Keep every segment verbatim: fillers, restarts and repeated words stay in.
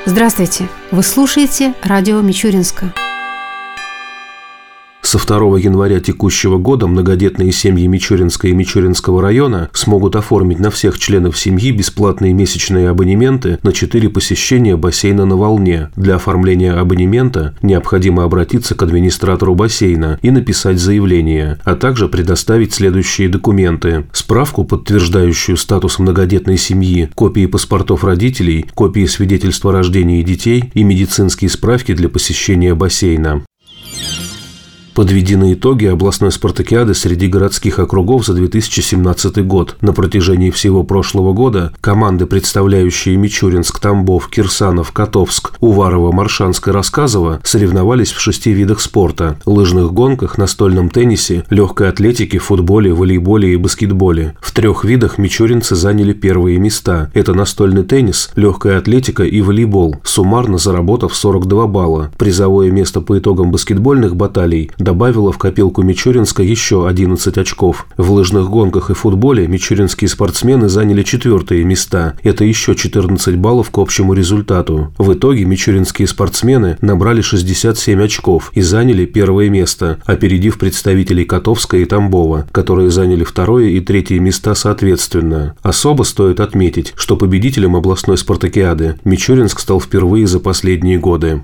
Здравствуйте! Вы слушаете радио Мичуринска. Со второго января текущего года многодетные семьи Мичуринска и Мичуринского района смогут оформить на всех членов семьи бесплатные месячные абонементы на четыре посещения бассейна на Волне. Для оформления абонемента необходимо обратиться к администратору бассейна и написать заявление, а также предоставить следующие документы: справку, подтверждающую статус многодетной семьи, копии паспортов родителей, копии свидетельства о рождении детей и медицинские справки для посещения бассейна. Подведены итоги областной спартакиады среди городских округов за две тысячи семнадцатый год. На протяжении всего прошлого года команды, представляющие Мичуринск, Тамбов, Кирсанов, Котовск, Уварово, Моршанск и Рассказово, соревновались в шести видах спорта – лыжных гонках, настольном теннисе, легкой атлетике, футболе, волейболе и баскетболе. В трех видах мичуринцы заняли первые места – это настольный теннис, легкая атлетика и волейбол, суммарно заработав сорок два балла. Призовое место по итогам баскетбольных баталий добавила в копилку Мичуринска еще одиннадцать очков. В лыжных гонках и футболе мичуринские спортсмены заняли четвертые места. Это еще четырнадцать баллов к общему результату. В итоге мичуринские спортсмены набрали шестьдесят семь очков и заняли первое место, опередив представителей Котовска и Тамбова, которые заняли второе и третье места соответственно. Особо стоит отметить, что победителем областной спартакиады Мичуринск стал впервые за последние годы.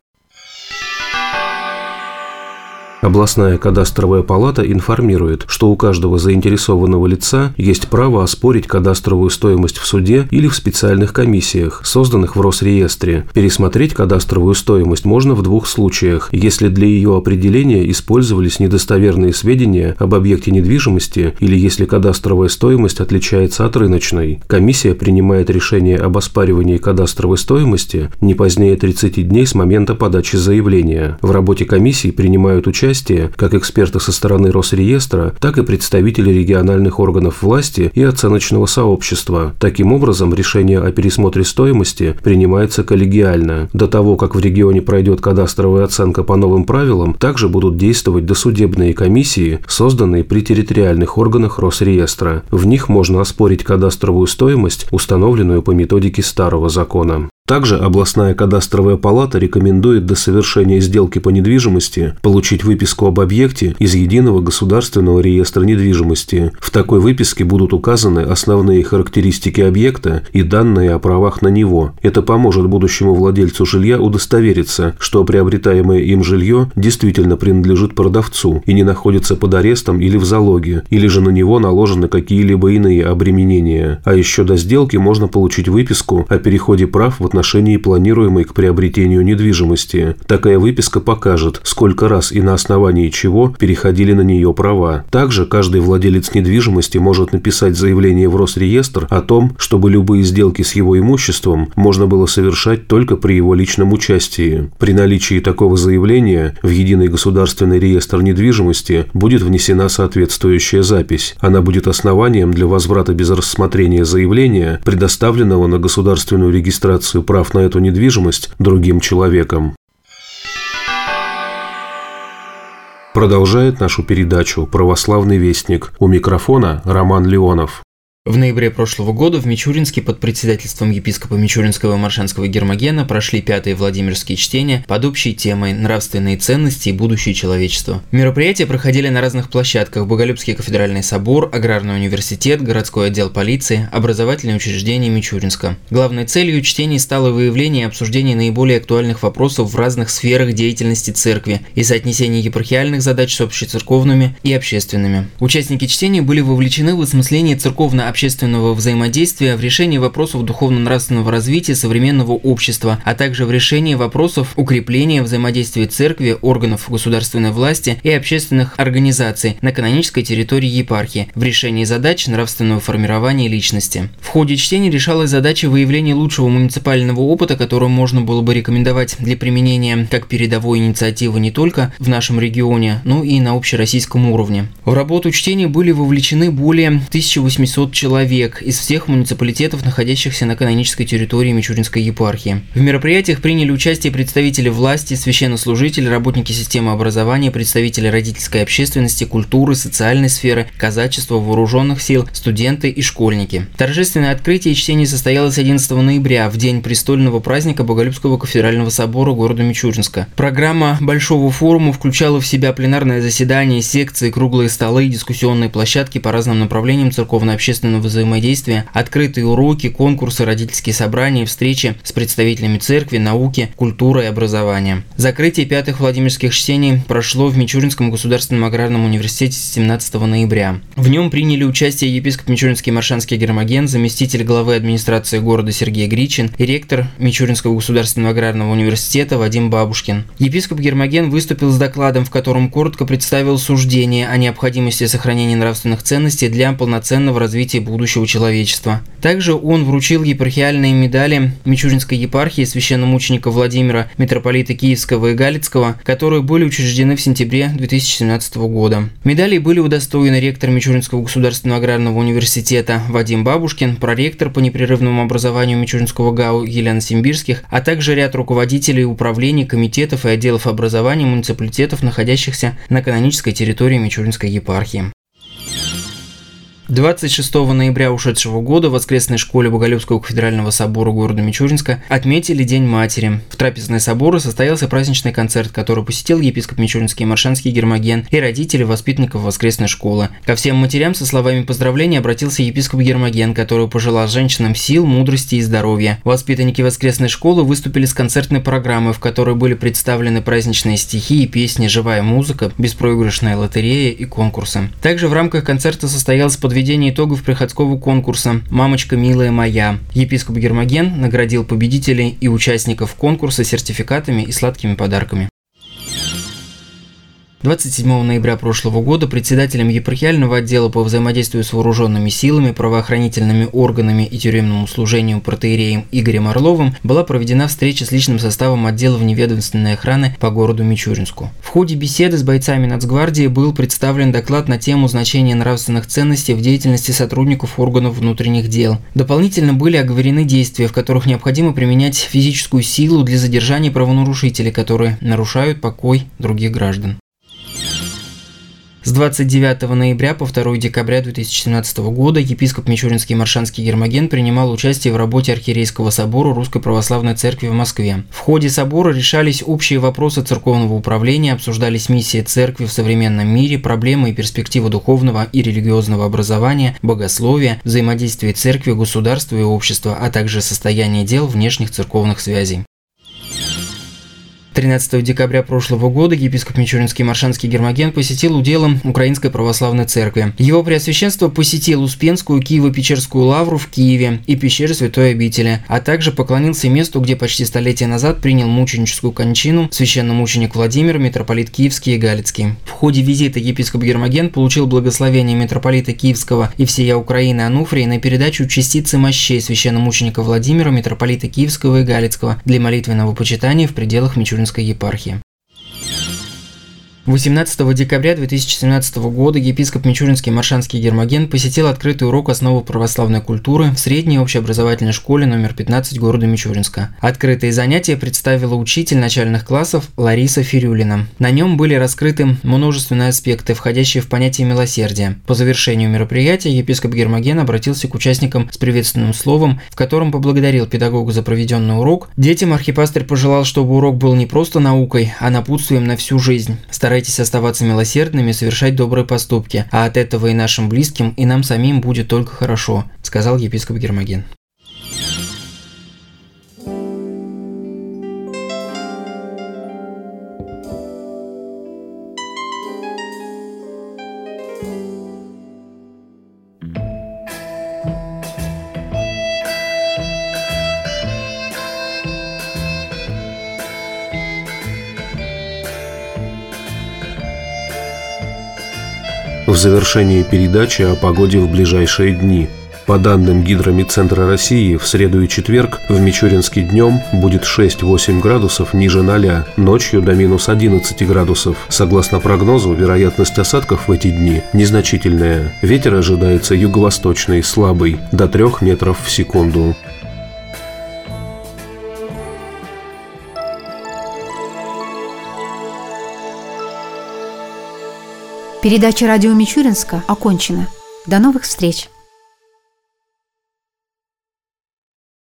Областная кадастровая палата информирует, что у каждого заинтересованного лица есть право оспорить кадастровую стоимость в суде или в специальных комиссиях, созданных в Росреестре. Пересмотреть кадастровую стоимость можно в двух случаях: если для ее определения использовались недостоверные сведения об объекте недвижимости или если кадастровая стоимость отличается от рыночной. Комиссия принимает решение об оспаривании кадастровой стоимости не позднее тридцати дней с момента подачи заявления. В работе комиссии принимают участие как эксперты со стороны Росреестра, так и представители региональных органов власти и оценочного сообщества. Таким образом, решение о пересмотре стоимости принимается коллегиально. До того, как в регионе пройдет кадастровая оценка по новым правилам, также будут действовать досудебные комиссии, созданные при территориальных органах Росреестра. В них можно оспорить кадастровую стоимость, установленную по методике старого закона. Также областная кадастровая палата рекомендует до совершения сделки по недвижимости получить выписку об объекте из Единого государственного реестра недвижимости. В такой выписке будут указаны основные характеристики объекта и данные о правах на него. Это поможет будущему владельцу жилья удостовериться, что приобретаемое им жилье действительно принадлежит продавцу и не находится под арестом или в залоге, или же на него наложены какие-либо иные обременения. А еще до сделки можно получить выписку о переходе прав в отношении отношении планируемой к приобретению недвижимости. Такая выписка покажет, сколько раз и на основании чего переходили на нее права. Также каждый владелец недвижимости может написать заявление в Росреестр о том, чтобы любые сделки с его имуществом можно было совершать только при его личном участии. При наличии такого заявления в Единый государственный реестр недвижимости будет внесена соответствующая запись. Она будет основанием для возврата без рассмотрения заявления, предоставленного на государственную регистрацию прав на эту недвижимость другим человеком. Продолжает нашу передачу «Православный вестник». У микрофона Роман Леонов. В ноябре прошлого года в Мичуринске под председательством епископа Мичуринского и Моршанского Гермогена прошли пятые Владимирские чтения под общей темой «Нравственные ценности и будущее человечества». Мероприятия проходили на разных площадках: Боголюбский кафедральный собор, Аграрный университет, городской отдел полиции, образовательные учреждения Мичуринска. Главной целью чтений стало выявление и обсуждение наиболее актуальных вопросов в разных сферах деятельности церкви и соотнесение епархиальных задач с общецерковными и общественными. Участники чтений были вовлечены в осмысление церковно общественного взаимодействия, в решении вопросов духовно-нравственного развития современного общества, а также в решении вопросов укрепления взаимодействия церкви, органов государственной власти и общественных организаций на канонической территории епархии, в решении задач нравственного формирования личности. В ходе чтения решалась задача выявления лучшего муниципального опыта, который можно было бы рекомендовать для применения как передовой инициативы не только в нашем регионе, но и на общероссийском уровне. В работу чтения были вовлечены более тысячи восьмисот человек, человек из всех муниципалитетов, находящихся на канонической территории Мичуринской епархии. В мероприятиях приняли участие представители власти, священнослужители, работники системы образования, представители родительской общественности, культуры, социальной сферы, казачества, вооруженных сил, студенты и школьники. Торжественное открытие и чтение состоялось одиннадцатого ноября, в день престольного праздника Боголюбского кафедрального собора города Мичуринска. Программа Большого форума включала в себя пленарное заседание, секции, круглые столы, дискуссионные площадки по разным направлениям церковно-общественного взаимодействия, открытые уроки, конкурсы, родительские собрания, встречи с представителями церкви, науки, культуры и образования. Закрытие пятых Владимирских чтений прошло в Мичуринском государственном аграрном университете семнадцатого ноября. В нем приняли участие епископ Мичуринский Маршанский Гермоген, заместитель главы администрации города Сергей Гричин и ректор Мичуринского государственного аграрного университета Вадим Бабушкин. Епископ Гермоген выступил с докладом, в котором коротко представил суждение о необходимости сохранения нравственных ценностей для полноценного развития будущего человечества. Также он вручил епархиальные медали Мичуринской епархии священномученика Владимира, митрополита Киевского и Галицкого, которые были учреждены в сентябре две тысячи семнадцатого года. Медалей были удостоены ректор Мичуринского государственного аграрного университета Вадим Бабушкин, проректор по непрерывному образованию Мичуринского ГАУ Елена Симбирских, а также ряд руководителей управлений, комитетов и отделов образования муниципалитетов, находящихся на канонической территории Мичуринской епархии. двадцать шестого ноября ушедшего года в воскресной школе Боголюбского кафедрального собора города Мичуринска отметили День матери. В трапезной собора состоялся праздничный концерт, который посетил епископ Мичуринский Маршанский Гермоген и родители воспитанников воскресной школы. Ко всем матерям со словами поздравления обратился епископ Гермоген, который пожелал женщинам сил, мудрости и здоровья. Воспитанники воскресной школы выступили с концертной программой, в которой были представлены праздничные стихи и песни, живая музыка, беспроигрышная лотерея и конкурсы. Также в рамках концерта состоялось подведение Подведение итогов приходского конкурса «Мамочка милая моя». Епископ Гермоген наградил победителей и участников конкурса сертификатами и сладкими подарками. двадцать седьмого ноября прошлого года председателем епархиального отдела по взаимодействию с вооруженными силами, правоохранительными органами и тюремному служению протоиереем Игорем Орловым была проведена встреча с личным составом отдела вневедомственной охраны по городу Мичуринску. В ходе беседы с бойцами Нацгвардии был представлен доклад на тему значения нравственных ценностей в деятельности сотрудников органов внутренних дел. Дополнительно были оговорены действия, в которых необходимо применять физическую силу для задержания правонарушителей, которые нарушают покой других граждан. С двадцать девятого ноября по второго декабря две тысячи семнадцатого года епископ Мичуринский Маршанский Гермоген принимал участие в работе Архиерейского собора Русской Православной Церкви в Москве. В ходе собора решались общие вопросы церковного управления, обсуждались миссии церкви в современном мире, проблемы и перспективы духовного и религиозного образования, богословия, взаимодействия церкви, государства и общества, а также состояние дел внешних церковных связей. тринадцатого декабря прошлого года епископ Мичуринский Маршанский Гермоген посетил уделом Украинской Православной Церкви. Его Преосвященство посетил Успенскую Киево-Печерскую лавру в Киеве и пещеры Святой Обители, а также поклонился месту, где почти столетие назад принял мученическую кончину священномученик Владимир, митрополит Киевский и Галицкий. В ходе визита епископ Гермоген получил благословение митрополита Киевского и всея Украины Ануфрия на передачу частицы мощей священномученика Владимира, митрополита Киевского и Галицкого для молитвенного почитания в пределах Мичуринской епархии. восемнадцатого декабря две тысячи семнадцатого года епископ Мичуринский Маршанский Гермоген посетил открытый урок основы православной культуры в средней общеобразовательной школе номер пятнадцать города Мичуринска. Открытые занятия представила учитель начальных классов Лариса Фирюлина. На нем были раскрыты множественные аспекты, входящие в понятие милосердия. По завершению мероприятия епископ Гермоген обратился к участникам с приветственным словом, в котором поблагодарил педагога за проведенный урок. Детям архипастырь пожелал, чтобы урок был не просто наукой, а напутствием на всю жизнь. Старайтесь оставаться милосердными и совершать добрые поступки, а от этого и нашим близким, и нам самим будет только хорошо, сказал епископ Гермоген. В завершении передачи о погоде в ближайшие дни. По данным Гидромедцентра России, в среду и четверг в Мичуринске днем будет шесть-восемь градусов ниже ноля, ночью до минус одиннадцать градусов. Согласно прогнозу, вероятность осадков в эти дни незначительная. Ветер ожидается юго-восточный, слабый, до трёх метров в секунду. Передача «Радио Мичуринска» окончена. До новых встреч!